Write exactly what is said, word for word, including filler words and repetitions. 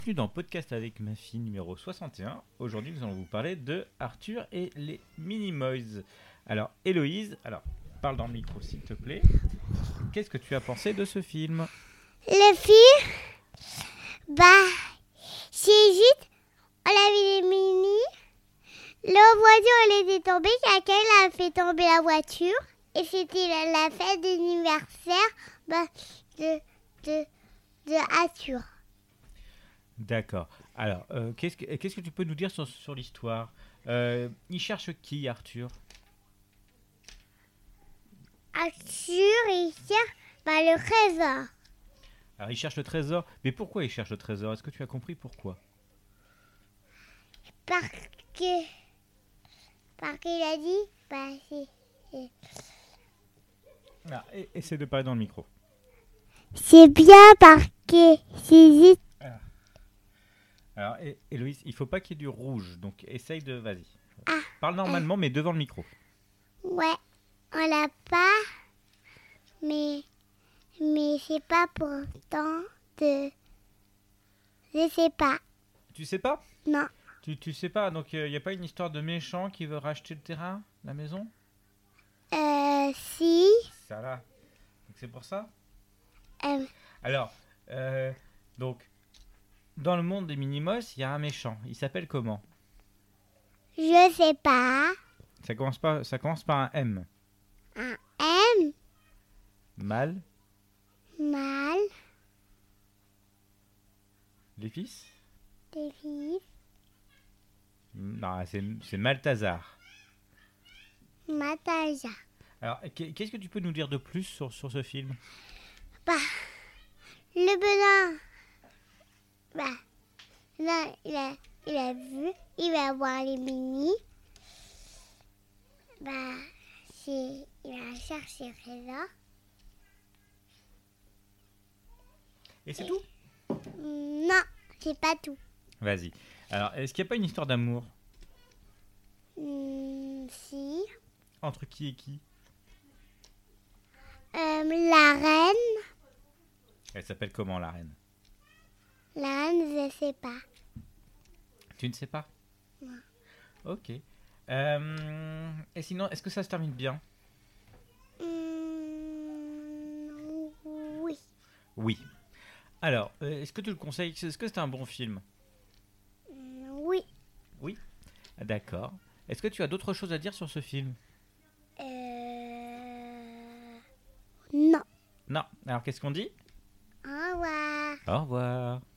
bienvenue dans Podcast avec ma fille numéro soixante et un. Aujourd'hui, nous allons vous parler de Arthur et les Minimoys. Alors, Héloïse, alors, parle dans le micro s'il te plaît. Qu'est-ce que tu as pensé de ce film ? Le film, bah, c'est juste, on a vu les mini, la voiture elle était tombée, quelqu'un a fait tomber la voiture, et c'était la, la fête d'anniversaire bah, de, de, de Arthur. D'accord. Alors, euh, qu'est-ce, que, qu'est-ce que tu peux nous dire sur, sur l'histoire ? euh, Il cherche qui, Arthur ? Arthur, il cherche bah, le trésor. Alors, il cherche le trésor. Mais pourquoi il cherche le trésor ? Est-ce que tu as compris pourquoi ? Parce que, parce qu'il a dit, bah, c'est, c'est... Ah, et, essaie de parler dans le micro. C'est bien parce que c'est juste... Alors, Hé- Héloïse, il faut pas qu'il y ait du rouge, donc essaye de... Vas-y. Ah, Parle normalement, mais devant le micro. Ouais, on l'a pas, mais, mais c'est pas pourtant de... Je sais pas, Tu sais pas ? non. Tu, tu sais pas, donc il n'y a pas une histoire de méchant qui veut racheter le terrain, la maison ? Euh, si, Ça là. Donc c'est pour ça ? euh, Alors, euh, donc, dans le monde des Minimoys, il y a un méchant. Il s'appelle comment ? je sais pas, Ça commence, pas, ça commence par un M. un M, Mal, mal, les fils ? des filles, Non, c'est, c'est Malthazar. Mataja. Alors, qu'est-ce que tu peux nous dire de plus sur, sur ce film ? Bah, le bonheur, bah, là, il a, il a vu, il va voir les mini, bah, c'est, il va chercher le trésor. Et c'est tout ? Non, c'est pas tout. Vas-y. Alors, est-ce qu'il n'y a pas une histoire d'amour ? Hmm, si. Entre qui et qui ? Euh, la reine. Elle s'appelle comment, la reine ? La reine, je sais pas. Tu ne sais pas ? Non. Ok. Euh, et sinon, est-ce que ça se termine bien ? Hmm, oui. Oui. Alors, euh, est-ce que tu le conseilles ? Est-ce que c'est un bon film ? Hmm, oui. Oui. D'accord. Est-ce que tu as d'autres choses à dire sur ce film ? Euh... Non. Non. Alors, qu'est-ce qu'on dit ? Au revoir. Au revoir.